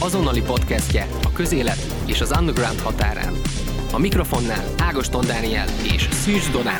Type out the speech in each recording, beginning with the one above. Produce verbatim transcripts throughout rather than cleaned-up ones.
azonnali podcastje a közélet és az underground határán. A mikrofonnál Ágoston Dániel és Szűcs Donát.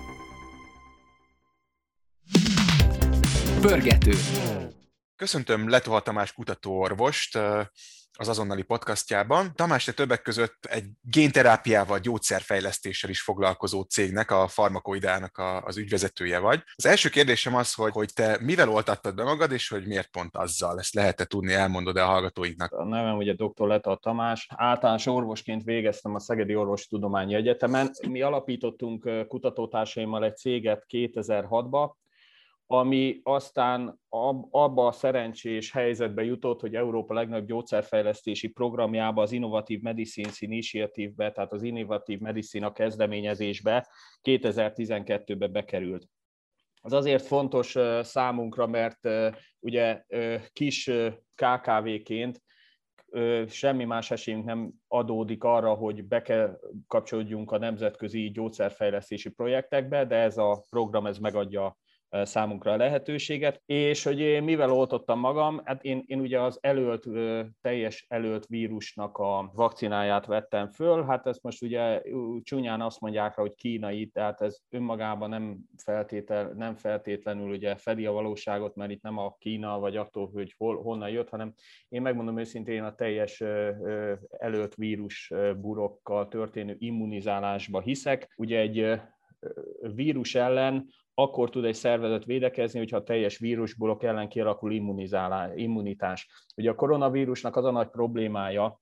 Pörgető. Köszöntöm Letoha Tamás kutatóorvost az azonnali podcastjában. Tamás, te többek között egy génterápiával, gyógyszerfejlesztéssel is foglalkozó cégnek, a Pharmacoideának az ügyvezetője vagy. Az első kérdésem az, hogy, hogy te mivel oltattad be magad, és hogy miért pont azzal? Ezt lehet-e tudni, elmondod-e a hallgatóinknak? A nevem ugye doktor Letoha Tamás. Általános orvosként végeztem a Szegedi Orvostudományi Egyetemen. Mi alapítottunk kutatótársaimmal egy céget kétezer-hatban, ami aztán abba a szerencsés helyzetbe jutott, hogy Európa legnagyobb gyógyszerfejlesztési programjába, az Innovative Medicines Initiative-be, tehát az Innovative Medicine kezdeményezésbe kétezer-tizenkettőben bekerült. Ez azért fontos számunkra, mert ugye kis ká ká vé-ként semmi más esélyünk nem adódik arra, hogy bekapcsolódjunk a nemzetközi gyógyszerfejlesztési projektekbe, de ez a program ez megadja számunkra a lehetőséget, és hogy én mivel oltottam magam, hát én, én ugye az előlt, teljes előlt vírusnak a vakcináját vettem föl, hát ezt most ugye csúnyán azt mondják rá, hogy kínai, tehát ez önmagában nem, feltétel, nem feltétlenül ugye fedi a valóságot, mert itt nem a Kína, vagy attól, hogy hol, honnan jött, hanem én megmondom őszintén a teljes előlt vírus burokkal történő immunizálásba hiszek. Ugye egy vírus ellen akkor tud egy szervezet védekezni, hogyha a teljes vírusblokk ellen kialakul immunitás. Ugye a koronavírusnak az a nagy problémája,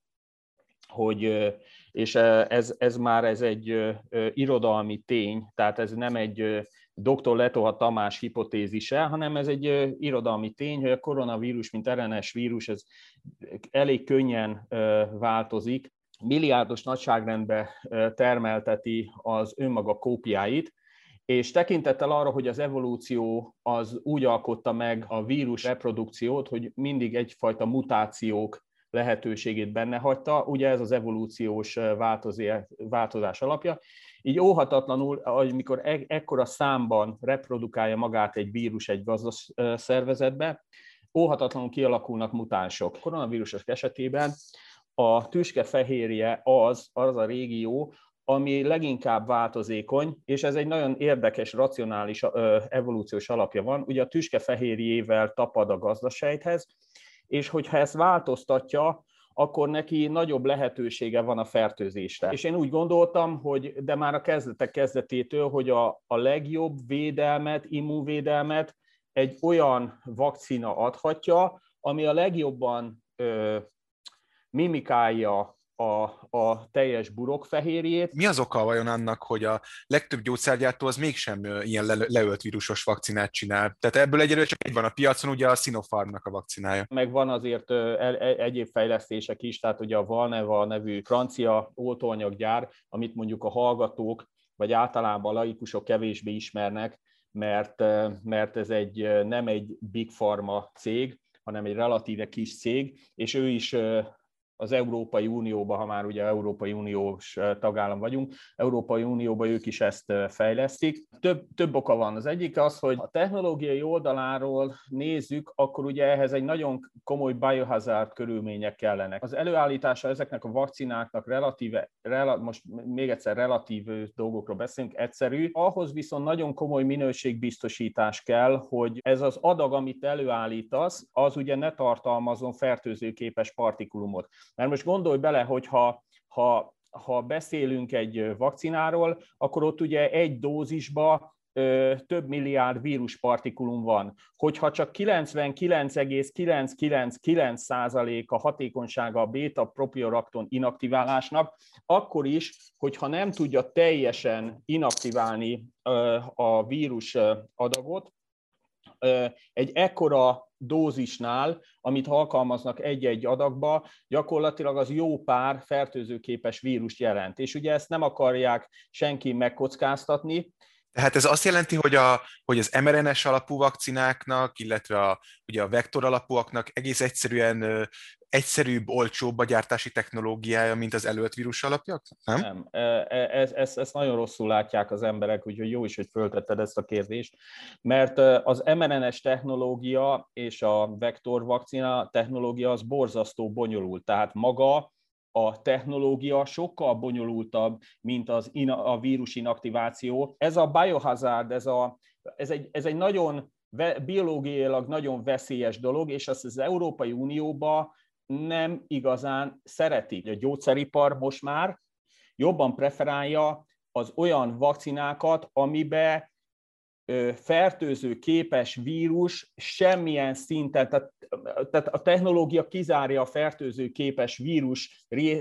hogy, és ez, ez már ez egy irodalmi tény, tehát ez nem egy doktor Letoha Tamás hipotézise, hanem ez egy irodalmi tény, hogy a koronavírus, mint er en es vírus, ez elég könnyen változik, milliárdos nagyságrendben termelteti az önmaga kópiáit, és tekintettel arra, hogy az evolúció az úgy alkotta meg a vírus reprodukciót, hogy mindig egyfajta mutációk lehetőségét benne hagyta, ugye ez az evolúciós változás alapja. Így óhatatlanul, amikor e- ekkora számban reprodukálja magát egy vírus egy gazdaszervezetbe, óhatatlanul kialakulnak mutánsok. A koronavírusok esetében a tüskefehérje az, az a régió, ami leginkább változékony, és ez egy nagyon érdekes, racionális evolúciós alapja van. Ugye a tüskefehérjével tapad a gazdasejthez, és hogyha ezt változtatja, akkor neki nagyobb lehetősége van a fertőzésre. És én úgy gondoltam, hogy de már a kezdetek kezdetétől, hogy a, a legjobb védelmet, immunvédelmet egy olyan vakcina adhatja, ami a legjobban ö, mimikálja A, a teljes burokfehérjét. Mi az oka vajon annak, hogy a legtöbb gyógyszergyártó az mégsem ilyen le, leölt vírusos vakcinát csinál? Tehát ebből egyelőre csak egy van a piacon, ugye a Sinopharmnak a vakcinája. Meg van azért egyéb fejlesztések is, tehát ugye a Valneva nevű francia oltóanyaggyár, amit mondjuk a hallgatók, vagy általában a laikusok kevésbé ismernek, mert, mert ez egy, nem egy big pharma cég, hanem egy relatíve kis cég, és ő is az Európai Unióban, ha már ugye Európai Uniós tagállam vagyunk, Európai Unióban ők is ezt fejlesztik. Több, több oka van. Az egyik az, hogy a technológiai oldaláról nézzük, akkor ugye ehhez egy nagyon komoly biohazard körülmények kellenek. Az előállítása ezeknek a vakcináknak relatíve, rela, most még egyszer relatív dolgokról beszélünk, egyszerű. Ahhoz viszont nagyon komoly minőségbiztosítás kell, hogy ez az adag, amit előállítasz, az ugye ne tartalmazzon fertőzőképes partikulumot. Mert most gondolj bele, hogy ha, ha, ha beszélünk egy vakcináról, akkor ott ugye egy dózisba ö, több milliárd víruspartikulum van. Hogyha csak kilencvenkilenc egész kilencszázkilencvenkilenc százalék a hatékonysága a béta-propiorakton inaktiválásnak, akkor is, hogyha nem tudja teljesen inaktiválni ö, a vírus adagot, ö, egy ekkora dózisnál, amit alkalmaznak egy-egy adagba, gyakorlatilag az jó pár fertőzőképes vírust jelent. És ugye ezt nem akarják senki megkockáztatni. Tehát ez azt jelenti, hogy, a, hogy az em er en es alapú vakcináknak, illetve a, ugye a vektor alapúaknak egész egyszerűen egyszerűbb, olcsóbb a gyártási technológiája, mint az előtt vírus alapjak? Nem? Nem. Ezt, ezt, ezt nagyon rosszul látják az emberek, úgyhogy jó is, hogy föltetted ezt a kérdést, mert az em er en es technológia és a vektorvakcina technológia az borzasztó bonyolult, tehát maga a technológia sokkal bonyolultabb, mint az a vírus inaktiváció. Ez a biohazard, ez, a, ez, egy, ez egy nagyon biológiailag nagyon veszélyes dolog, és azt az Európai Unióban nem igazán szeretik. A gyógyszeripar most már jobban preferálja az olyan vakcinákat, amiben fertőző képes vírus semmilyen szinten, tehát, tehát a technológia kizárja a fertőző képes vírus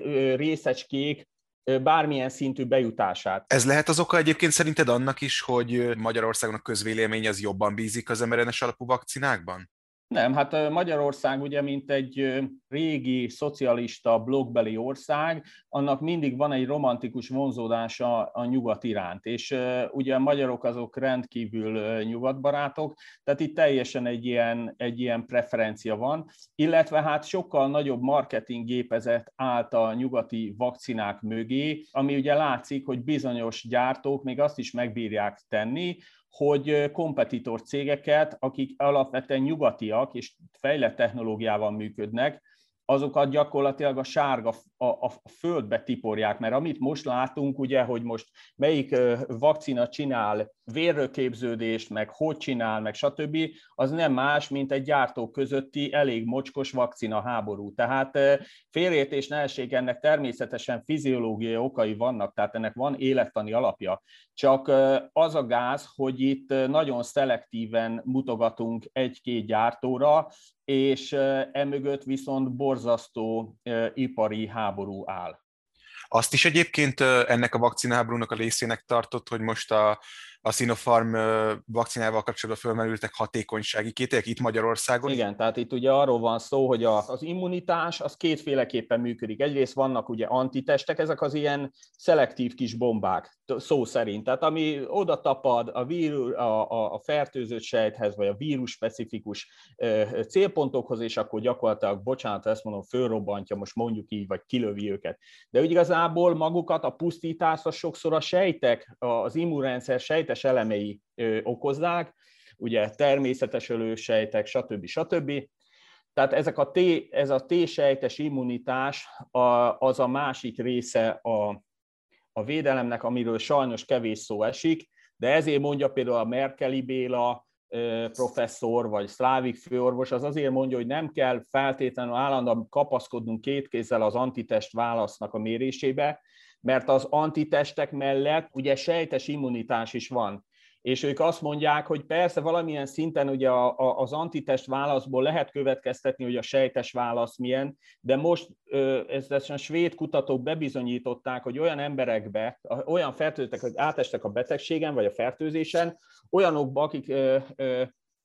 részecskék bármilyen szintű bejutását. Ez lehet az oka egyébként szerinted annak is, hogy Magyarországon a közvélemény az jobban bízik az em er en es alapú vakcinákban? Nem, hát Magyarország ugye, mint egy régi szocialista blokkbeli ország, annak mindig van egy romantikus vonzódása a nyugat iránt, és ugye a magyarok azok rendkívül nyugatbarátok, tehát itt teljesen egy ilyen, egy ilyen preferencia van, illetve hát sokkal nagyobb marketing gépezet állt a nyugati vakcinák mögé, ami ugye látszik, hogy bizonyos gyártók még azt is megbírják tenni, hogy kompetitor cégeket, akik alapvetően nyugatiak és fejlett technológiával működnek, azokat gyakorlatilag a sárga a, a földbe tiporják, mert amit most látunk, ugye, hogy most melyik vakcina csinál vérrőképződést, meg hogy csinál, meg stb., az nem más, mint egy gyártók közötti elég mocskos vakcina háború. Tehát félreértés ne essék, ennek természetesen fiziológiai okai vannak, tehát ennek van élettani alapja. Csak az a gáz, hogy itt nagyon szelektíven mutogatunk egy-két gyártóra, és emögött viszont borzasztó ipari háború áll. Azt is egyébként ennek a vakcinaháborúnak a részének tartott, hogy most a, a Sinopharm vakcinával kapcsolatban fölmerültek hatékonysági kételyek itt Magyarországon. Igen, tehát itt ugye arról van szó, hogy a, az immunitás az kétféleképpen működik. Egyrészt vannak ugye antitestek, ezek az ilyen szelektív kis bombák, szó szerint. Tehát ami oda tapad a, vírus, a, a, a fertőzött sejthez, vagy a vírus-specifikus célpontokhoz, és akkor gyakorlatilag, bocsánat, ezt mondom, fölrobbantja, most mondjuk így, vagy kilövi őket. De úgy igazából magukat a pusztítást az sokszor a sejtek, az immunrendszer sejtes elemei okozzák, ugye természetes ölősejtek, stb. stb. Tehát ezek a T, ez a T-sejtes immunitás a, az a másik része a, a védelemnek, amiről sajnos kevés szó esik, de ezért mondja például a Merkeli Béla professzor, vagy Szlávik főorvos, az azért mondja, hogy nem kell feltétlenül állandóan kapaszkodnunk két kézzel az antitest válasznak a mérésébe, mert az antitestek mellett ugye sejtes immunitás is van. És ők azt mondják, hogy persze valamilyen szinten ugye a, a, az antitest válaszból lehet következtetni, hogy a sejtes válasz milyen, de most ezt a svéd kutatók bebizonyították, hogy olyan emberekbe, olyan fertőzöttek, hogy átestek a betegségen vagy a fertőzésen, olyanokba, akik ö, ö,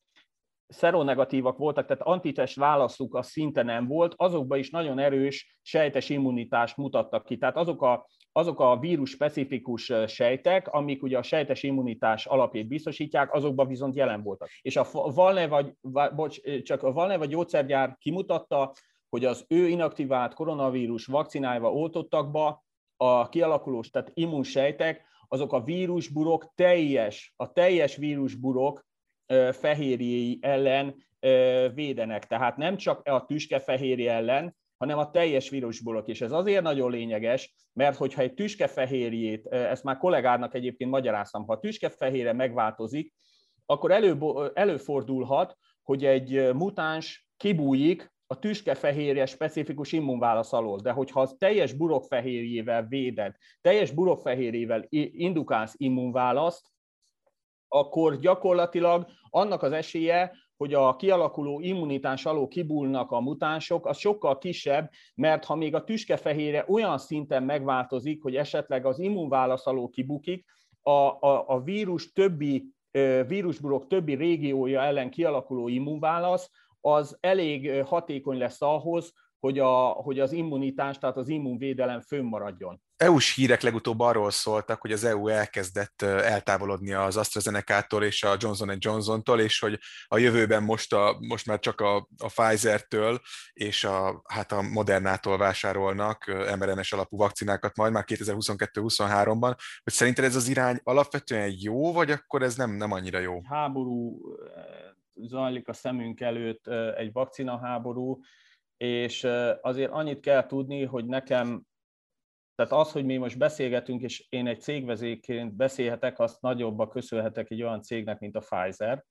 szeronegatívak voltak, tehát antitest válaszuk az szinte nem volt, azokban is nagyon erős sejtes immunitást mutattak ki. Tehát azok a, azok a vírus-specifikus sejtek, amik ugye a sejtes immunitás alapját biztosítják, azokban viszont jelen voltak. És a Valneva, bocs, csak a Valneva gyógyszergyár kimutatta, hogy az ő inaktivált koronavírus vakcinájával oltottakba a kialakulós, tehát immunsejtek, azok a vírusburok teljes, a teljes vírusburok fehérjéi ellen védenek. Tehát nem csak a tüskefehérje ellen, hanem a teljes vírusburok is. Ez azért nagyon lényeges, mert hogyha egy tüskefehérjét, ezt már kollégádnak egyébként magyaráztam, ha a tüskefehérje megváltozik, akkor elő, előfordulhat, hogy egy mutáns kibújik a tüskefehérje specifikus immunválasz alól. De hogyha az teljes burokfehérjével véded, teljes burokfehérjével indukálsz immunválaszt, akkor gyakorlatilag annak az esélye, hogy a kialakuló immunitás alól kibúlnak a mutánsok, az sokkal kisebb, mert ha még a tüskefehérje olyan szinten megváltozik, hogy esetleg az immunválasz alól kibukik, a, a, a vírus többi, vírusburok többi régiója ellen kialakuló immunválasz, az elég hatékony lesz ahhoz, hogy, a, hogy az immunitás, tehát az immunvédelem fönnmaradjon. é u-s hírek legutóbb arról szóltak, hogy az é u elkezdett eltávolodni az AstraZeneca-tól és a Johnson and Johnson-tól, és hogy a jövőben most, a, most már csak a, a Pfizer-től és a, hát a Modernától vásárolnak em er en es alapú vakcinákat majd már kétezer-huszonkettő-huszonháromban, hogy szerinted ez az irány alapvetően jó, vagy akkor ez nem, nem annyira jó? Háború zajlik a szemünk előtt, egy vakcinaháború, és azért annyit kell tudni, hogy nekem, tehát az, hogy mi most beszélgetünk, és én egy cégvezetőként beszélhetek, azt nagyobbba köszönhetek egy olyan cégnek, mint a Pfizer,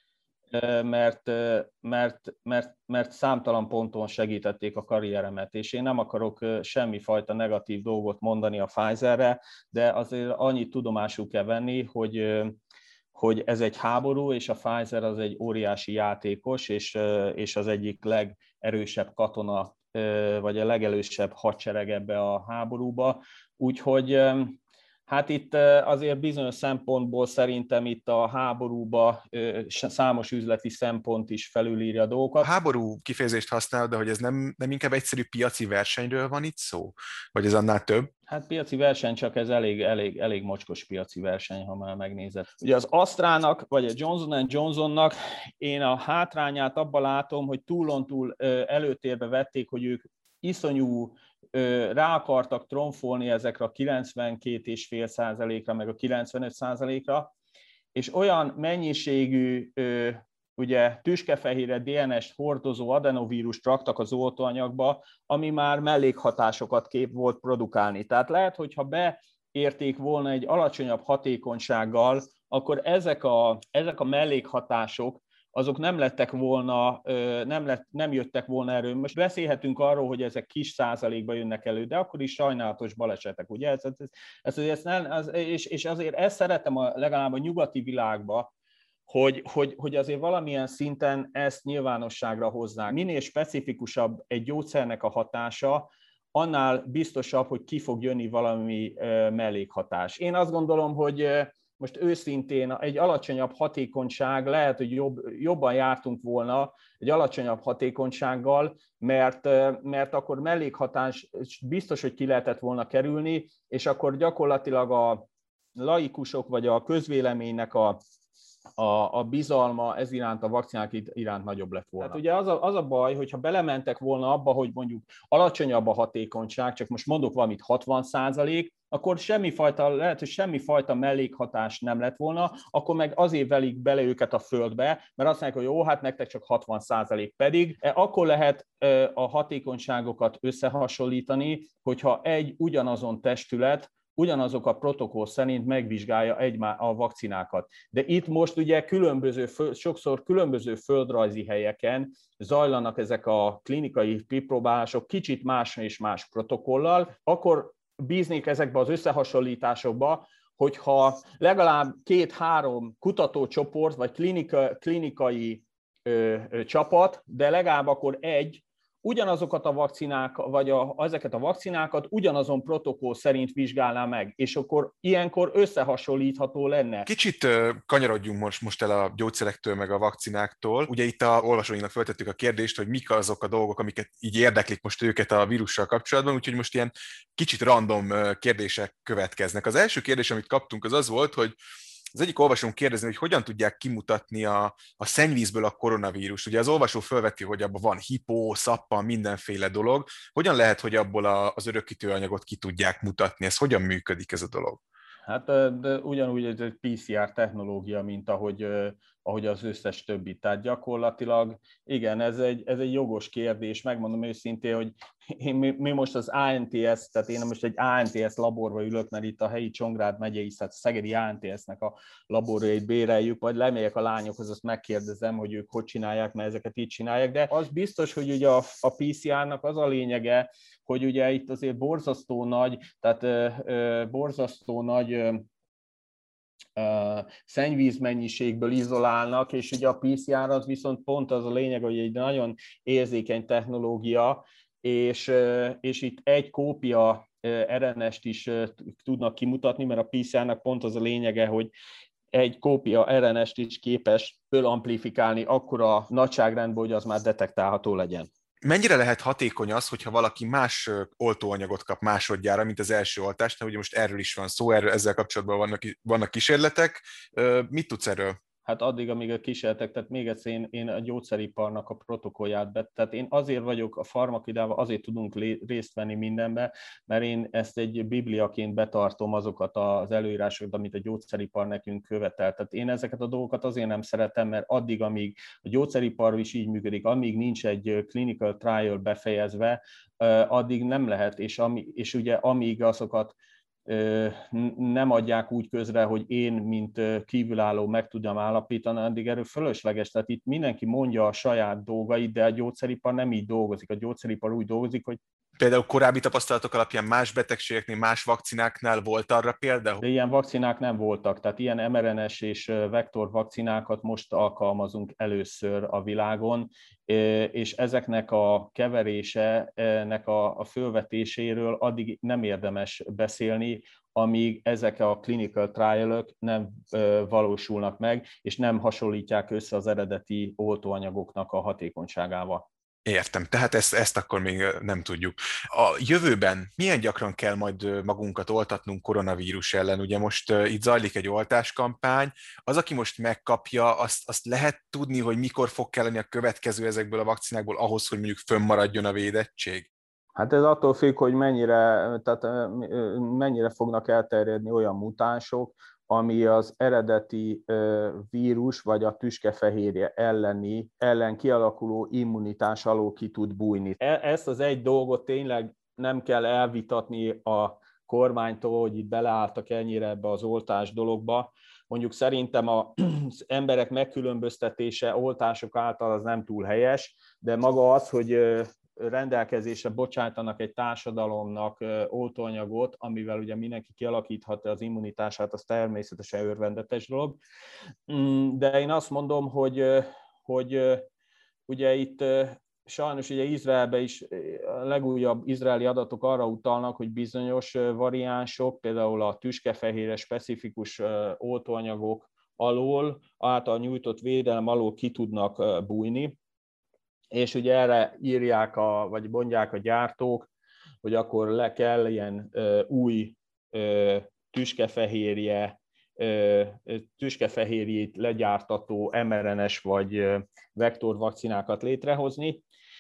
mert, mert, mert, mert számtalan ponton segítették a karrieremet, és én nem akarok semmifajta negatív dolgot mondani a Pfizerre, de azért annyit tudomásul kell venni, hogy hogy ez egy háború, és a Pfizer az egy óriási játékos, és, és az egyik legerősebb katona, vagy a legerősebb hadsereg ebbe a háborúba. Úgyhogy hát itt azért bizonyos szempontból szerintem itt a háborúba számos üzleti szempont is felülírja a dolgokat. A háború kifejezést használod, de hogy ez nem, nem inkább egyszerű piaci versenyről van itt szó? Vagy ez annál több? Hát piaci verseny, csak ez elég, elég, elég mocskos piaci verseny, ha már megnézed. Ugye az Astrának, vagy a Johnson and Johnsonnak én a hátrányát abban látom, hogy túlontúl előtérbe vették, hogy ők iszonyú rá akartak tromfolni ezekre a kilencvenkét egész öt százalékra, meg a kilencvenöt százalékra, és olyan mennyiségű ugye tüskefehérre dé en es-t hordozó adenovírust raktak az oltóanyagba, ami már mellékhatásokat kép volt produkálni. Tehát lehet, hogyha beérték volna egy alacsonyabb hatékonysággal, akkor ezek a, ezek a mellékhatások azok nem lettek volna, nem, lett, nem jöttek volna elő. Most beszélhetünk arról, hogy ezek kis százalékban jönnek elő, de akkor is sajnálatos balesetek, ugye? Ez, ez, ez, ez nem, ez, és, és azért ezt szeretem a, legalább a nyugati világba, hogy, hogy, hogy azért valamilyen szinten ezt nyilvánosságra hozzák. Minél specifikusabb egy gyógyszernek a hatása, annál biztosabb, hogy ki fog jönni valami mellékhatás. Én azt gondolom, hogy most őszintén egy alacsonyabb hatékonyság, lehet, hogy jobb, jobban jártunk volna egy alacsonyabb hatékonysággal, mert, mert akkor mellékhatás biztos, hogy ki lehetett volna kerülni, és akkor gyakorlatilag a laikusok vagy a közvéleménynek a A, a bizalma ez iránt, a vakcinák iránt nagyobb lett volna. Hát ugye az a, az a baj, hogyha belementek volna abba, hogy mondjuk alacsonyabb a hatékonyság, csak most mondok valamit hatvan százalék, akkor semmifajta, lehet, hogy semmifajta mellékhatás nem lett volna, akkor meg azért velik bele őket a földbe, mert azt mondják, hogy jó, hát nektek csak hatvan százalék pedig. Akkor lehet a hatékonyságokat összehasonlítani, hogyha egy ugyanazon testület ugyanazok a protokoll szerint megvizsgálja egymá a vakcinákat. De itt most ugye különböző, sokszor különböző földrajzi helyeken zajlanak ezek a klinikai kipróbálások kicsit más és más protokollal, akkor bíznék ezekbe az összehasonlításokba, hogyha legalább két-három kutatócsoport vagy klinika, klinikai ö, ö, csapat, de legalább akkor egy, ugyanazokat a vakcinák, vagy a, ezeket a vakcinákat ugyanazon protokoll szerint vizsgálná meg, és akkor ilyenkor összehasonlítható lenne. Kicsit uh, kanyarodjunk most, most el a gyógyszerektől, meg a vakcináktól. Ugye itt a olvasóinknak feltettük a kérdést, hogy mik azok a dolgok, amiket így érdeklik most őket a vírussal kapcsolatban, úgyhogy most ilyen kicsit random kérdések következnek. Az első kérdés, amit kaptunk, az az volt, hogy az egyik olvasón kérdezni, hogy hogyan tudják kimutatni a, a szennyvízből a koronavírust. Ugye az olvasó felveti, hogy abban van hipó, szappan, mindenféle dolog. Hogyan lehet, hogy abból a, az örökítőanyagot ki tudják mutatni? Ez hogyan működik ez a dolog? Hát de ugyanúgy ez egy pé cé er technológia, mint ahogy, ahogy az összes többi. Tehát gyakorlatilag, igen, ez egy, ez egy jogos kérdés. Megmondom őszintén, hogy én, mi, mi most az á en té es, tehát én most egy á en té es laborba ülök, mert itt a helyi Csongrád megyei, tehát a szegedi á en té es-nek a laborjait béreljük, majd lemegyek a lányokhoz, azt megkérdezem, hogy ők hogy csinálják, mert ezeket így csinálják, de az biztos, hogy ugye a, a pé cé er-nak az a lényege, hogy ugye itt azért borzasztó nagy, tehát ö, ö, borzasztó nagy ö, ö, szennyvízmennyiségből izolálnak, és ugye a pé cé er az viszont pont az a lényeg, hogy egy nagyon érzékeny technológia, és, ö, és itt egy kópia er en est is ö, tudnak kimutatni, mert a pé cé er-nek pont az a lényege, hogy egy kópia er en est is képes fölamplifikálni akkora nagyságrendben, hogy az már detektálható legyen. Mennyire lehet hatékony az, hogyha valaki más oltóanyagot kap másodjára, mint az első oltást? Ugye most erről is van szó, erről, ezzel kapcsolatban vannak, vannak kísérletek. Mit tudsz erről? Hát addig, amíg a kísérletek, tehát még egyszer én, én a gyógyszeriparnak a protokollját be, tehát én azért vagyok a farmakidával, azért tudunk lé, részt venni mindenbe, mert én ezt egy bibliaként betartom azokat az előírásokat, amit a gyógyszeripar nekünk követel. Tehát én ezeket a dolgokat azért nem szeretem, mert addig, amíg a gyógyszeripar is így működik, amíg nincs egy clinical trial befejezve, addig nem lehet, és, ami, és ugye amíg azokat nem adják úgy közre, hogy én, mint kívülálló meg tudjam állapítani, addig erről fölösleges. Tehát itt mindenki mondja a saját dolgait, de a gyógyszeripar nem így dolgozik. A gyógyszeripar úgy dolgozik, hogy például korábbi tapasztalatok alapján más betegségeknél, más vakcináknál volt arra példa? De ilyen vakcinák nem voltak, tehát ilyen em er en es és vektor vakcinákat most alkalmazunk először a világon, és ezeknek a keverése, ennek a fölvetéséről addig nem érdemes beszélni, amíg ezek a clinical trial-ök nem valósulnak meg, és nem hasonlítják össze az eredeti oltóanyagoknak a hatékonyságával. Értem, tehát ezt, ezt akkor még nem tudjuk. A jövőben milyen gyakran kell majd magunkat oltatnunk koronavírus ellen? Ugye most uh, itt zajlik egy oltáskampány. Az, aki most megkapja, azt, azt lehet tudni, hogy mikor fog kelleni a következő ezekből a vakcinákból ahhoz, hogy mondjuk fönnmaradjon a védettség? Hát ez attól függ, hogy mennyire, tehát mennyire fognak elterjedni olyan mutánsok, ami az eredeti vírus vagy a tüskefehérje elleni, ellen kialakuló immunitás alól ki tud bújni. Ezt az egy dolgot tényleg nem kell elvitatni a kormánytól, hogy itt beleálltak ennyire ebbe az oltás dologba. Mondjuk szerintem az emberek megkülönböztetése oltások által az nem túl helyes, de maga az, hogy rendelkezésre bocsátanak egy társadalomnak oltóanyagot, amivel ugye mindenki kialakíthatja az immunitását, az természetesen örvendetes dolog. De én azt mondom, hogy, hogy ugye itt sajnos ugye Izraelben is a legújabb izraeli adatok arra utalnak, hogy bizonyos variánsok, például a tüskefehérre specifikus oltóanyagok alól, által nyújtott védelem alól ki tudnak bújni, és ugye erre írják, a, vagy mondják a gyártók, hogy akkor le kell ilyen ö, új ö, tüskefehérje, ö, tüskefehérjét legyártató em er en es vagy ö, vektorvakcinákat létrehozni.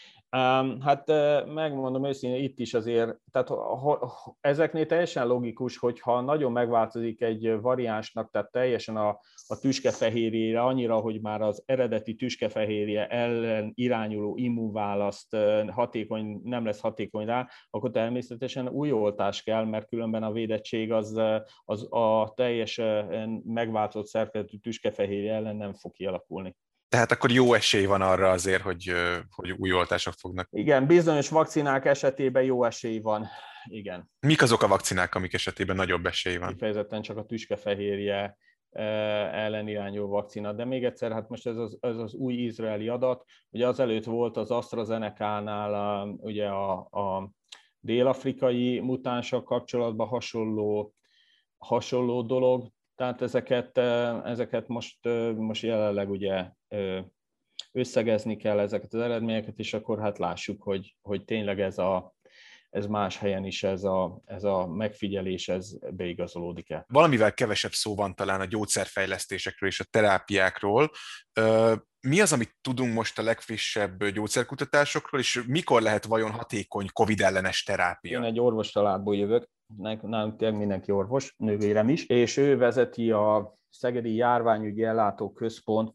Hát megmondom őszintén, itt is azért, tehát ezeknél teljesen logikus, hogyha nagyon megváltozik egy variánsnak, tehát teljesen a, a tüskefehérjére annyira, hogy már az eredeti tüskefehérje ellen irányuló immunválaszt hatékony, nem lesz hatékony rá, akkor természetesen új oltás kell, mert különben a védettség az, az a teljesen megváltozott szerkezetű tüskefehérje ellen nem fog kialakulni. Tehát akkor jó esély van arra azért, hogy, hogy új oltások fognak. Igen, bizonyos vakcinák esetében jó esély van. Igen. Mik azok a vakcinák, amik esetében nagyobb esély van? Kifejezetten csak a tüskefehérje ellen irányuló vakcina. De még egyszer, hát most ez az, ez az új izraeli adat, ugye azelőtt volt az AstraZeneca-nál ugye a, a dél-afrikai mutánsok kapcsolatban hasonló, hasonló dolog, tehát ezeket, ezeket most, most jelenleg ugye összegezni kell ezeket az eredményeket, és akkor hát lássuk, hogy, hogy tényleg ez, a, ez más helyen is ez a, ez a megfigyelés ez beigazolódik-e. Valamivel kevesebb szó van talán a gyógyszerfejlesztésekről és a terápiákról. Mi az, amit tudunk most a legfrissebb gyógyszerkutatásokról, és mikor lehet vajon hatékony Covid ellenes terápia? Én egy orvoscsaládból jövök, nálunk tényleg mindenki orvos, nővérem is, és ő vezeti a Szegedi Járványügyi Ellátó Központ,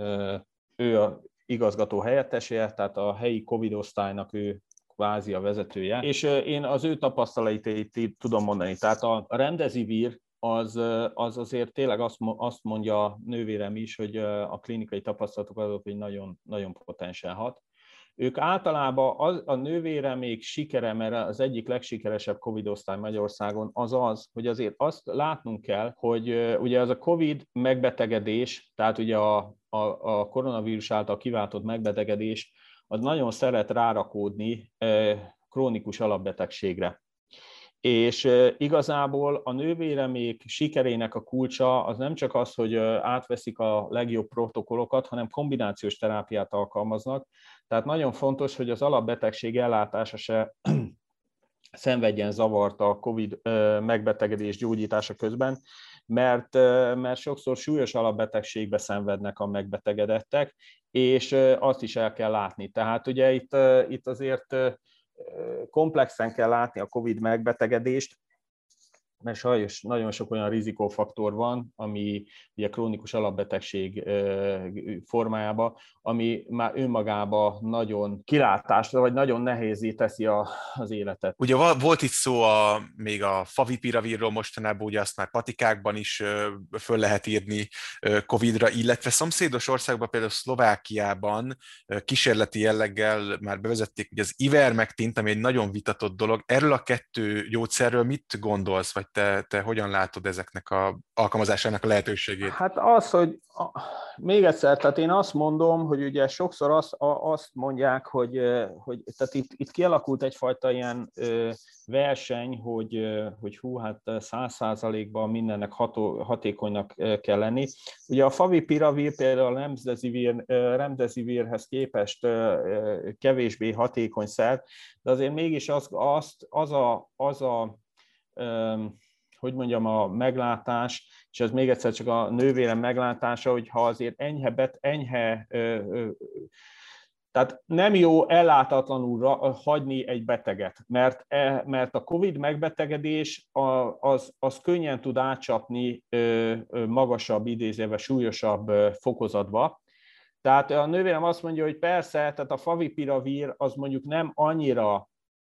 ő a igazgató helyettese, tehát a helyi Covid osztálynak ő kvázi a vezetője, és én az ő tapasztalatait tudom mondani. Tehát a remdesivir az, az azért tényleg azt mondja a nővérem is, hogy a klinikai tapasztalatok azok, hogy nagyon, nagyon potensen hat. Ők általában, az, a nővéremék sikere, mert az egyik legsikeresebb Covid osztály Magyarországon az az, hogy azért azt látnunk kell, hogy ugye az a Covid megbetegedés, tehát ugye a, a, a koronavírus által kiváltott megbetegedés, az nagyon szeret rárakódni krónikus alapbetegségre. És igazából a nővéremék sikerének a kulcsa az nem csak az, hogy átveszik a legjobb protokollokat, hanem kombinációs terápiát alkalmaznak. Tehát nagyon fontos, hogy az alapbetegség ellátása se szenvedjen zavart a Covid megbetegedés gyógyítása közben, mert, mert sokszor súlyos alapbetegségbe szenvednek a megbetegedettek, és azt is el kell látni. Tehát ugye itt, itt azért komplexen kell látni a Covid megbetegedést, mert sajnos nagyon sok olyan rizikófaktor van, ami ugye krónikus alapbetegség formájában, ami már önmagában nagyon kilátásra, vagy nagyon nehézzé teszi a, az életet. Ugye volt itt szó a, még a favipiravírról mostanában, ugye azt már patikákban is föl lehet írni Covidra, illetve szomszédos országban, például Szlovákiában kísérleti jelleggel már bevezették ugye az Ivermectint, ami egy nagyon vitatott dolog. Erről a kettő gyógyszerről mit gondolsz, vagy te, te hogyan látod ezeknek a alkalmazásának a lehetőségét? Hát az, hogy a, még egyszer, tehát én azt mondom, hogy ugye sokszor azt, a, azt mondják, hogy, hogy tehát itt, itt kialakult egyfajta ilyen verseny, hogy, hogy hú, hát száz százalékban mindennek ható, hatékonynak kell lenni. Ugye a favipiravir például a remdesivir, remdesivirhez képest kevésbé hatékony szer, de azért mégis az, az, az a, az a hogy mondjam, a meglátás, és ez még egyszer csak a nővérem meglátása, hogy ha azért enyhe, bet, enyhe ö, ö, tehát nem jó ellátatlanul hagyni egy beteget, mert, mert a Covid megbetegedés az, az könnyen tud átcsapni magasabb, idézőjelben súlyosabb fokozatba. Tehát a nővérem azt mondja, hogy persze, tehát a favipiravir az mondjuk nem annyira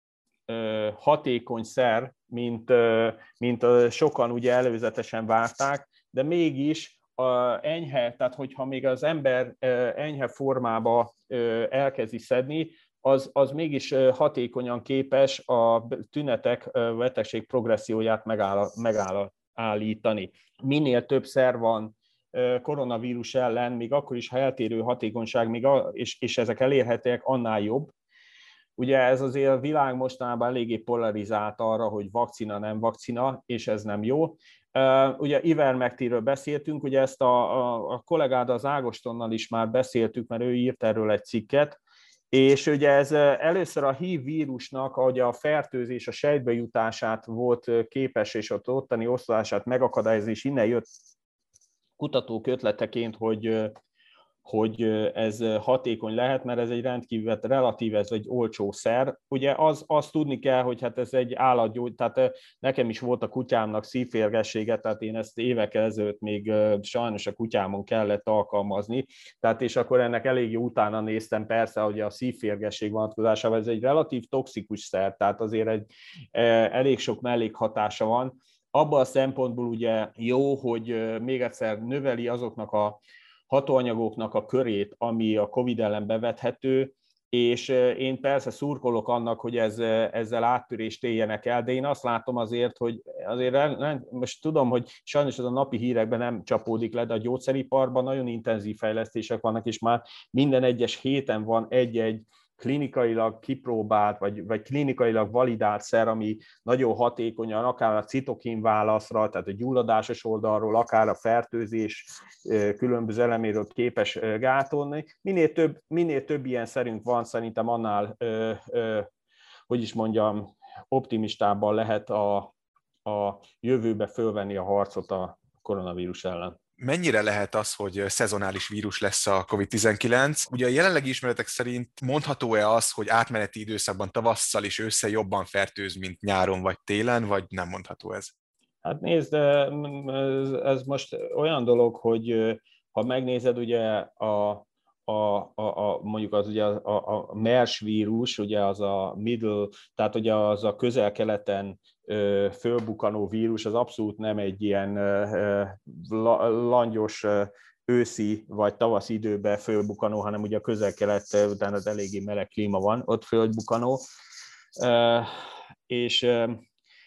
hatékony szer, mint, mint sokan ugye előzetesen várták, de mégis a enyhe, tehát hogyha még az ember enyhe formába elkezdi szedni, az, az mégis hatékonyan képes a tünetek, betegség progresszióját megáll, megállítani. Minél több szer van koronavírus ellen, még akkor is, ha eltérő hatékonyság, még a, és, és ezek elérhetőek, annál jobb. Ugye ez azért a világ mostanában eléggé polarizált arra, hogy vakcina, nem vakcina, és ez nem jó. Ugye Ivermectinről beszéltünk, ugye ezt a, a, a kollégád az Ágostonnal is már beszéltük, mert ő írt erről egy cikket, és ugye ez először a hív vírusnak, ahogy a fertőzés, a sejtbe jutását volt képes, és ott ottani osztását megakadályozni, és innen jött kutatók ötleteként, hogy hogy ez hatékony lehet, mert ez egy rendkívül relatív, ez egy olcsó szer. Ugye az, azt tudni kell, hogy hát ez egy állatgyógy, tehát nekem is volt a kutyámnak szívférgessége, tehát én ezt évekkel ezelőtt még sajnos a kutyámon kellett alkalmazni, tehát és akkor ennek elég jó utána néztem, persze, hogy a szívférgesség vonatkozásában ez egy relatív toxikus szer, tehát azért egy elég sok mellékhatása van. Abban a szempontból ugye jó, hogy még egyszer növeli azoknak a hatóanyagoknak a körét, ami a Covid ellen bevethető, és én persze szurkolok annak, hogy ez, ezzel áttörést éljenek el, de én azt látom azért, hogy azért most tudom, hogy sajnos ez a napi hírekben nem csapódik le, de a gyógyszeriparban nagyon intenzív fejlesztések vannak, és már minden egyes héten van egy-egy klinikailag kipróbált, vagy, vagy klinikailag validált szer, ami nagyon hatékonyan, akár a citokin válaszra, tehát a gyulladásos oldalról, akár a fertőzés különböző eleméről képes gátolni. Minél több, minél több ilyen szerünk van, szerintem annál, ö, ö, hogy is mondjam, optimistában lehet a, a jövőbe fölvenni a harcot a koronavírus ellen. Mennyire lehet az, hogy szezonális vírus lesz a kovid tizenkilenc? Ugye a jelenlegi ismeretek szerint mondható-e az, hogy átmeneti időszakban tavasszal és ősszel jobban fertőz, mint nyáron vagy télen, vagy nem mondható ez? Hát nézd, ez, ez most olyan dolog, hogy ha megnézed ugye a A, a, a, mondjuk az ugye a, a MERS vírus, ugye az a middle, tehát ugye az a közel-keleten ö, fölbukkanó vírus, az abszolút nem egy ilyen ö, la, langyos ö, őszi vagy tavasz időben fölbukkanó, hanem ugye a közel-kelet után az eléggé meleg klíma van, ott fölbukkanó. Ö, és ö,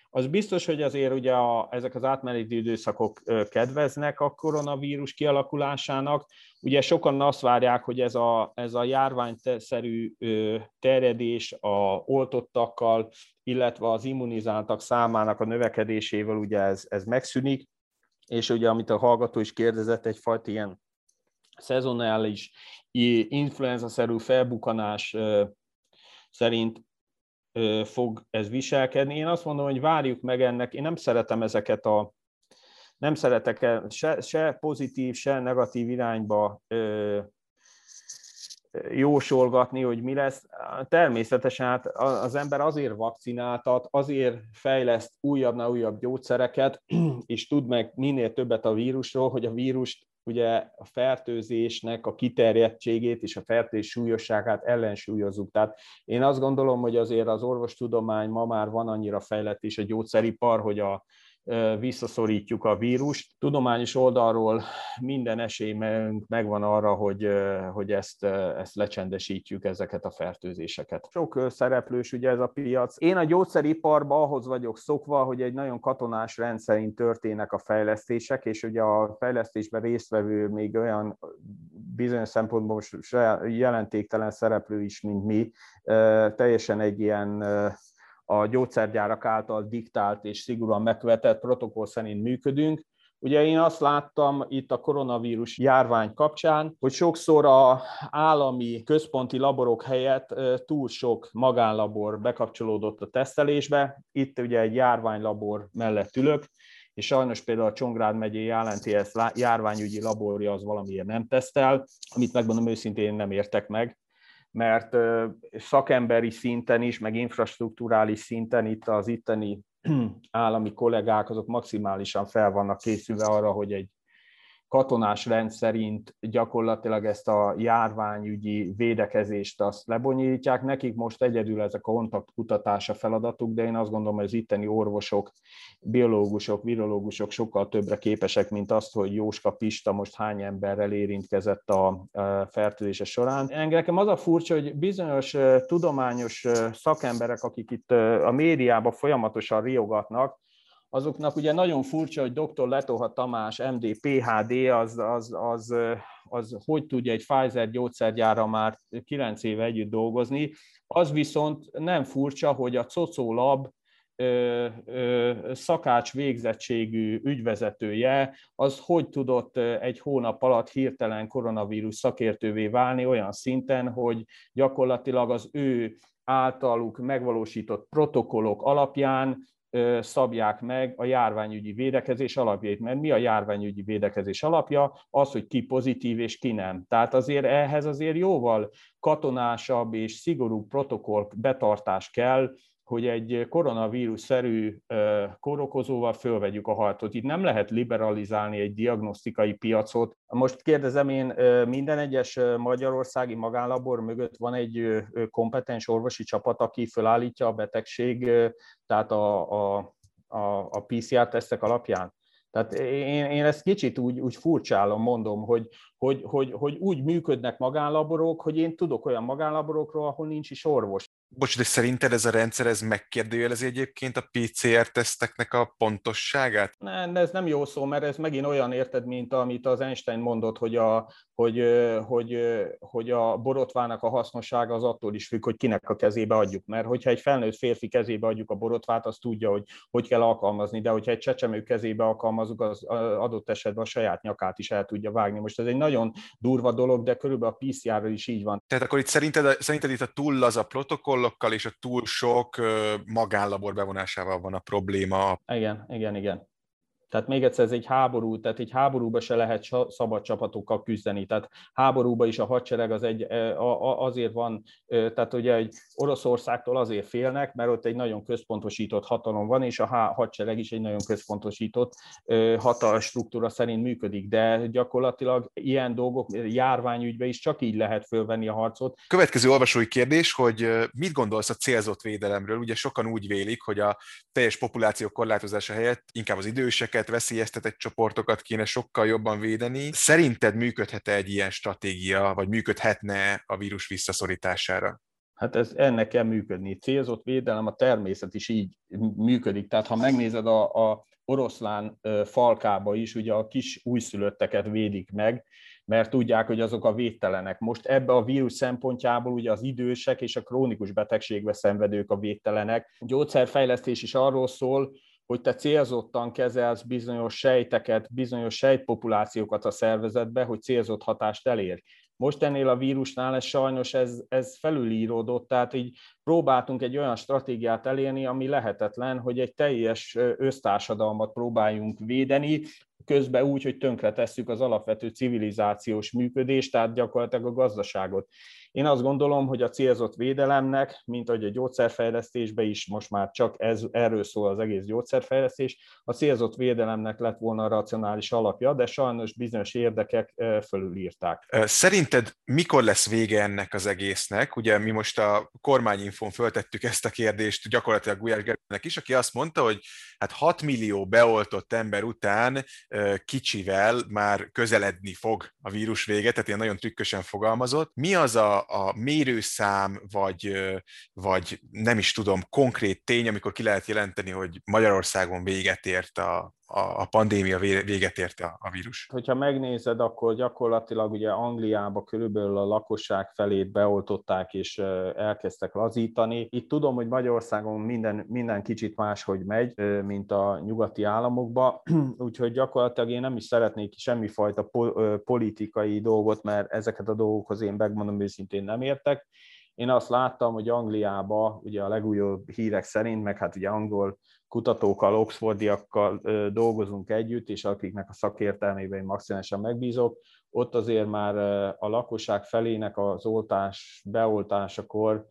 Az biztos, hogy azért ugye a, ezek az átmeneti időszakok kedveznek a koronavírus kialakulásának. Ugye sokan azt várják, hogy ez a, ez a járványszerű terjedés a oltottakkal, illetve az immunizáltak számának a növekedésével ugye ez, ez megszűnik, és ugye amit a hallgató is kérdezett, egyfajta ilyen szezonális influenza-szerű felbukkanás szerint fog ez viselkedni. Én azt mondom, hogy várjuk meg ennek, én nem szeretem ezeket a, nem szeretek se, se pozitív, se negatív irányba ö, jósolgatni, hogy mi lesz. Természetesen hát az ember azért vakcináltat, azért fejleszt újabb-na újabb gyógyszereket, és tud meg minél többet a vírusról, hogy a vírust ugye a fertőzésnek a kiterjedtségét és a fertőzés súlyosságát ellensúlyozzuk. Tehát én azt gondolom, hogy azért az orvostudomány ma már van annyira fejlett is a gyógyszeripar, hogy a visszaszorítjuk a vírust. Tudományos oldalról minden esélyünk megvan arra, hogy, hogy ezt, ezt lecsendesítjük, ezeket a fertőzéseket. Sok szereplős ugye ez a piac. Én a gyógyszeriparban ahhoz vagyok szokva, hogy egy nagyon katonás rendszerint történnek a fejlesztések, és ugye a fejlesztésben résztvevő még olyan bizonyos szempontból jelentéktelen szereplő is, mint mi, teljesen egy ilyen a gyógyszergyárak által diktált és szigorúan megkövetett protokoll szerint működünk. Ugye én azt láttam itt a koronavírus járvány kapcsán, hogy sokszor az állami központi laborok helyett túl sok magánlabor bekapcsolódott a tesztelésbe. Itt ugye egy járványlabor mellett ülök, és sajnos például a Csongrád megyei á en té es járványügyi laborja az valamiért nem tesztel, amit megmondom őszintén nem értek meg, mert szakemberi szinten is, meg infrastrukturális szinten itt az itteni állami kollégák azok maximálisan fel vannak készülve arra, hogy egy katonás rend szerint gyakorlatilag ezt a járványügyi védekezést azt lebonyolítják. Nekik most egyedül ezek a kontaktkutatás a feladatuk, de én azt gondolom, hogy az itteni orvosok, biológusok, virológusok sokkal többre képesek, mint azt, hogy Jóska Pista most hány emberrel érintkezett a fertőzése során. Nekem az a furcsa, hogy bizonyos tudományos szakemberek, akik itt a médiában folyamatosan riogatnak, azoknak ugye nagyon furcsa, hogy doktor Letoha Tamás, em dé, pé há dé, az, az, az, az hogy tudja egy Pfizer gyógyszergyárra már kilenc éve együtt dolgozni. Az viszont nem furcsa, hogy a Cocó Lab ö, ö, szakács végzettségű ügyvezetője, az hogy tudott egy hónap alatt hirtelen koronavírus szakértővé válni olyan szinten, hogy gyakorlatilag az ő általuk megvalósított protokollok alapján szabják meg a járványügyi védekezés alapjait, mert mi a járványügyi védekezés alapja? Az, hogy ki pozitív és ki nem. Tehát azért ehhez azért jóval katonásabb és szigorú protokoll betartás kell, hogy egy koronavírus-szerű kórokozóval fölvegyük a harcot. Itt nem lehet liberalizálni egy diagnosztikai piacot. Most kérdezem én, minden egyes magyarországi magánlabor mögött van egy kompetens orvosi csapat, aki felállítja a betegség, tehát a, a, a, a pé cé er-tesztek alapján? Tehát én, én ezt kicsit úgy, úgy furcsálom, mondom, hogy, hogy, hogy, hogy úgy működnek magánlaborok, hogy én tudok olyan magánlaborokról, ahol nincs is orvos. Bocs, de szerinted ez a rendszer, ez megkérdőjelezi egyébként a pé cé er-teszteknek a pontosságát? Nem, ez nem jó szó, mert ez megint olyan, érted, mint amit az Einstein mondott, hogy a, hogy, hogy, hogy a borotvának a hasznossága az attól is függ, hogy kinek a kezébe adjuk. Mert hogyha egy felnőtt férfi kezébe adjuk a borotvát, az tudja, hogy hogy kell alkalmazni, de hogyha egy csecsemő kezébe alkalmazunk, az adott esetben a saját nyakát is el tudja vágni. Most ez egy nagyon durva dolog, de körülbelül a pé cé er-rel is így van. Tehát akkor itt szerinted, szerinted itt a túl laza protokollokkal és a túl sok magánlabor bevonásával van a probléma? Igen, igen, igen. Tehát még egyszer, ez egy háború, tehát egy háborúba se lehet szabad csapatokkal küzdeni. Tehát háborúba is a hadsereg az egy, azért van, tehát ugye egy Oroszországtól azért félnek, mert ott egy nagyon központosított hatalom van, és a hadsereg is egy nagyon központosított hatalmi struktúra szerint működik. De gyakorlatilag ilyen dolgok, járványügyben is csak így lehet fölvenni a harcot. Következő olvasói kérdés, hogy mit gondolsz a célzott védelemről? Ugye sokan úgy vélik, hogy a teljes populáció korlátozása helyett inkább az idősek, veszélyeztetett csoportokat kéne sokkal jobban védeni. Szerinted működhet-e egy ilyen stratégia, vagy működhetne a vírus visszaszorítására? Hát ez, ennek kell működni. Célzott védelem, a természet is így működik. Tehát ha megnézed a, a oroszlán falkába is, ugye a kis újszülötteket védik meg, mert tudják, hogy azok a védtelenek. Most ebbe a vírus szempontjából ugye az idősek és a krónikus betegségbe szenvedők a védtelenek. A gyógyszerfejlesztés is arról szól, hogy te célzottan kezelsz bizonyos sejteket, bizonyos sejtpopulációkat a szervezetbe, hogy célzott hatást elér. Most ennél a vírusnál ez sajnos ez, ez felülíródott, tehát így próbáltunk egy olyan stratégiát elérni, ami lehetetlen, hogy egy teljes össztársadalmat próbáljunk védeni, közben úgy, hogy tönkretesszük az alapvető civilizációs működést, tehát gyakorlatilag a gazdaságot. Én azt gondolom, hogy a célzott védelemnek, mint ahogy a gyógyszerfejlesztésben is most már csak ez, erről szól az egész gyógyszerfejlesztés, a célzott védelemnek lett volna a racionális alapja, de sajnos bizonyos érdekek fölülírták. Szerinted mikor lesz vége ennek az egésznek? Ugye mi most a kormányinfón föltettük ezt a kérdést gyakorlatilag Gulyás Gergelynek is, aki azt mondta, hogy hát hat millió beoltott ember után kicsivel már közeledni fog a vírus vége, tehát ilyen nagyon trükkösen fogalmazott. Mi az a, a mérőszám, vagy, vagy nem is tudom, konkrét tény, amikor ki lehet jelenteni, hogy Magyarországon véget ért a, a pandémia, véget ért a, a vírus? Hogyha megnézed, akkor gyakorlatilag ugye Angliában körülbelül a lakosság felét beoltották és elkezdtek lazítani. Itt tudom, hogy Magyarországon minden, minden kicsit máshogy megy, mint a nyugati államokban, úgyhogy gyakorlatilag én nem is szeretnék semmifajta politikai dolgot, mert ezeket a dolgokhoz én megmondom őszintén nem értek. Én azt láttam, hogy Angliában ugye a legújabb hírek szerint, meg hát ugye angol kutatókkal, oxfordiakkal dolgozunk együtt, és akiknek a szakértelmében én maximálisan megbízok, ott azért már a lakosság felének az oltás, beoltásakor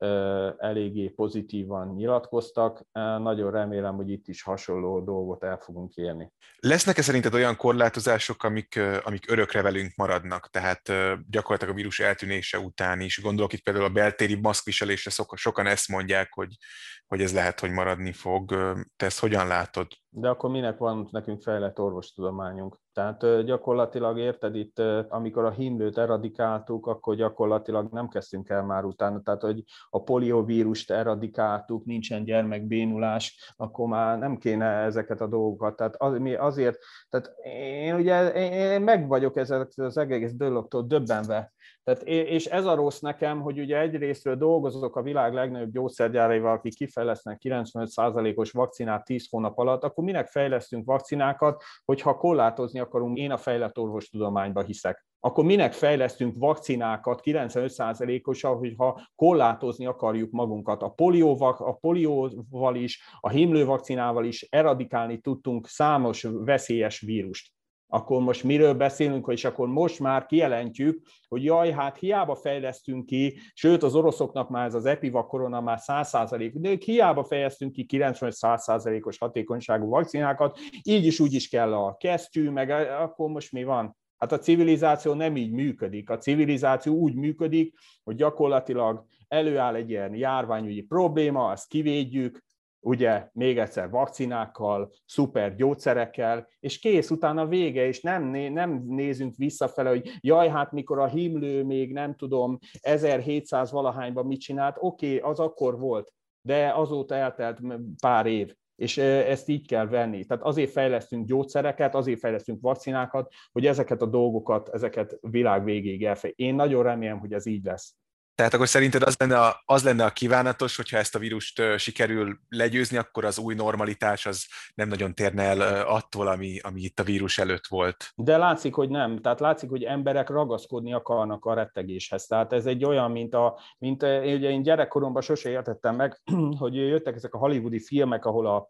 eléggé pozitívan nyilatkoztak. Nagyon remélem, hogy itt is hasonló dolgot el fogunk érni. Lesznek-e szerinted olyan korlátozások, amik, amik örökre velünk maradnak? Tehát gyakorlatilag a vírus eltűnése után is. Gondolok itt például a beltéri maszkviselésre, sokan ezt mondják, hogy, hogy ez lehet, hogy maradni fog. Te ezt hogyan látod? De akkor minek van nekünk fejlett orvostudományunk? Tehát gyakorlatilag érted itt, amikor a himlőt eradikáltuk, akkor gyakorlatilag nem kezdtünk el már utána. Tehát, hogy a poliovírust eradikáltuk, nincsen gyermekbénulás, akkor már nem kéne ezeket a dolgokat. Tehát az, mi azért, tehát én ugye én meg vagyok ezzel az egész dologtól döbbenve. Tehát, és ez a rossz nekem, hogy ugye egyrésztről dolgozok a világ legnagyobb gyógyszergyáraival, akik kifejlesztenek kilencvenöt százalékos vakcinát tíz hónap alatt, akkor minek fejlesztünk vakcinákat, hogyha korlátozni akarunk, én a fejlett orvostudományba hiszek. Akkor minek fejlesztünk vakcinákat kilencvenöt százalékosan, hogyha korlátozni akarjuk magunkat. A, polióval, a polióval is, a himlővakcinával is eradikálni tudtunk számos veszélyes vírust. Akkor most miről beszélünk, és akkor most már kijelentjük, hogy jaj, hát hiába fejlesztünk ki, sőt az oroszoknak már ez az Epivac korona már száz százalék, de hiába fejlesztünk ki kilencvenöt-száz százalékos hatékonyságú vakcinákat, így is úgy is kell a kesztyű, meg akkor most mi van? Hát a civilizáció nem így működik. A civilizáció úgy működik, hogy gyakorlatilag előáll egy ilyen járványügyi probléma, azt kivédjük, ugye még egyszer vakcinákkal, szuper gyógyszerekkel, és kész, utána vége, és nem, nem nézünk visszafele, hogy jaj, hát mikor a himlő még nem tudom, ezerhétszáz valahányban mit csinált, oké, okay, az akkor volt, de azóta eltelt pár év, és ezt így kell venni. Tehát azért fejlesztünk gyógyszereket, azért fejlesztünk vakcinákat, hogy ezeket a dolgokat, ezeket világ végéig elfejt. Én nagyon remélem, hogy ez így lesz. Tehát akkor szerinted az lenne, a, az lenne a kívánatos, hogyha ezt a vírust sikerül legyőzni, akkor az új normalitás az nem nagyon térne el attól, ami, ami itt a vírus előtt volt. De látszik, hogy nem. Tehát látszik, hogy emberek ragaszkodni akarnak a rettegéshez. Tehát ez egy olyan, mint a, mint ugye én gyerekkoromban sose értettem meg, hogy jöttek ezek a hollywoodi filmek, ahol a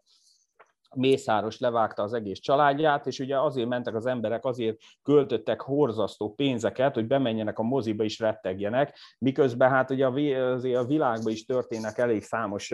Mészáros levágta az egész családját, és ugye azért mentek az emberek, azért költöttek horzasztó pénzeket, hogy bemenjenek a moziba is rettegjenek, miközben hát ugye a világban is történnek elég számos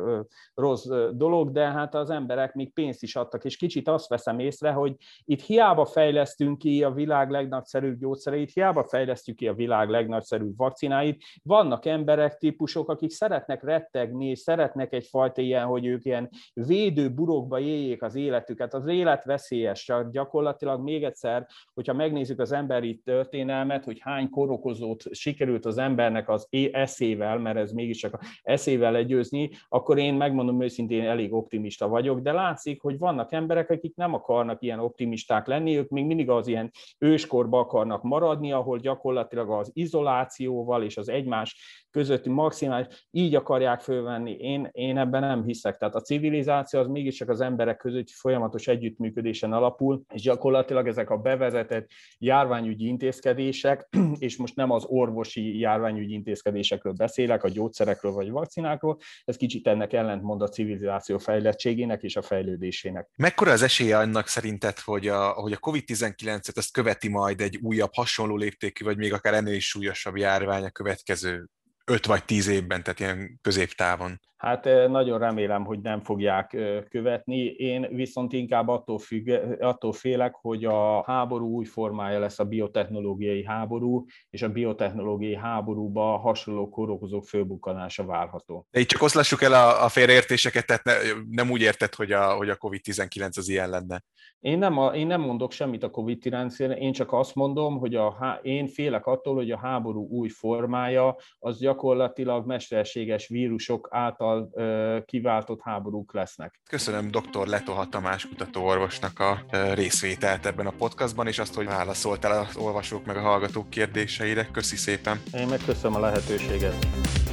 rossz dolog, de hát az emberek még pénzt is adtak, és kicsit azt veszem észre, hogy itt hiába fejlesztünk ki a világ legnagyszerűbb gyógyszereit, hiába fejlesztjük ki a világ legnagyszerűbb vakcináit, vannak emberek, típusok, akik szeretnek rettegni, és szeretnek egyfajta ilyen, hogy ők ilyen védő burokba éljék az életüket. Az élet veszélyes, csak gyakorlatilag még egyszer, hogyha megnézzük az emberi történelmet, hogy hány korokozót sikerült az embernek az eszével, mert ez mégis csak eszével legyőzni, akkor én megmondom őszintén elég optimista vagyok, de látszik, hogy vannak emberek, akik nem akarnak ilyen optimisták lenni, ők még mindig az ilyen őskorba akarnak maradni, ahol gyakorlatilag az izolációval és az egymás közötti maximális, így akarják fölvenni. Én, én ebben nem hiszek. Tehát a civilizáció az mégiscsak az emberek közötti folyamatos együttműködésen alapul, és gyakorlatilag ezek a bevezetett járványügyi intézkedések, és most nem az orvosi járványügyi intézkedésekről beszélek, a gyógyszerekről vagy vakcinákról, ez kicsit ennek ellentmond a civilizáció fejlettségének és a fejlődésének. Mekkora az esélye annak szerinted, hogy a, hogy a kovid tizenkilencet ezt követi majd egy újabb hasonló léptékű, vagy még akár ennél is súlyosabb járvány a következő öt vagy tíz évben, tehát ilyen középtávon? Hát nagyon remélem, hogy nem fogják követni. Én viszont inkább attól, függ, attól félek, hogy a háború új formája lesz a biotechnológiai háború, és a biotechnológiai háborúba hasonló kórokozók fölbukkanása várható. De itt csak oszlassuk el a, a félreértéseket, tehát ne, nem úgy érted, hogy a, hogy a kovid tizenkilenc az ilyen lenne. Én nem, a, én nem mondok semmit a kovid tizenkilencről, én csak azt mondom, hogy a, én félek attól, hogy a háború új formája az gyakorlatilag mesterséges vírusok által kiváltott háborúk lesznek. Köszönöm dr. Letoha Tamás kutatóorvosnak a részvételt ebben a podcastban, és azt, hogy válaszoltál az olvasók meg a hallgatók kérdéseire. Köszi szépen! Én meg köszönöm a lehetőséget!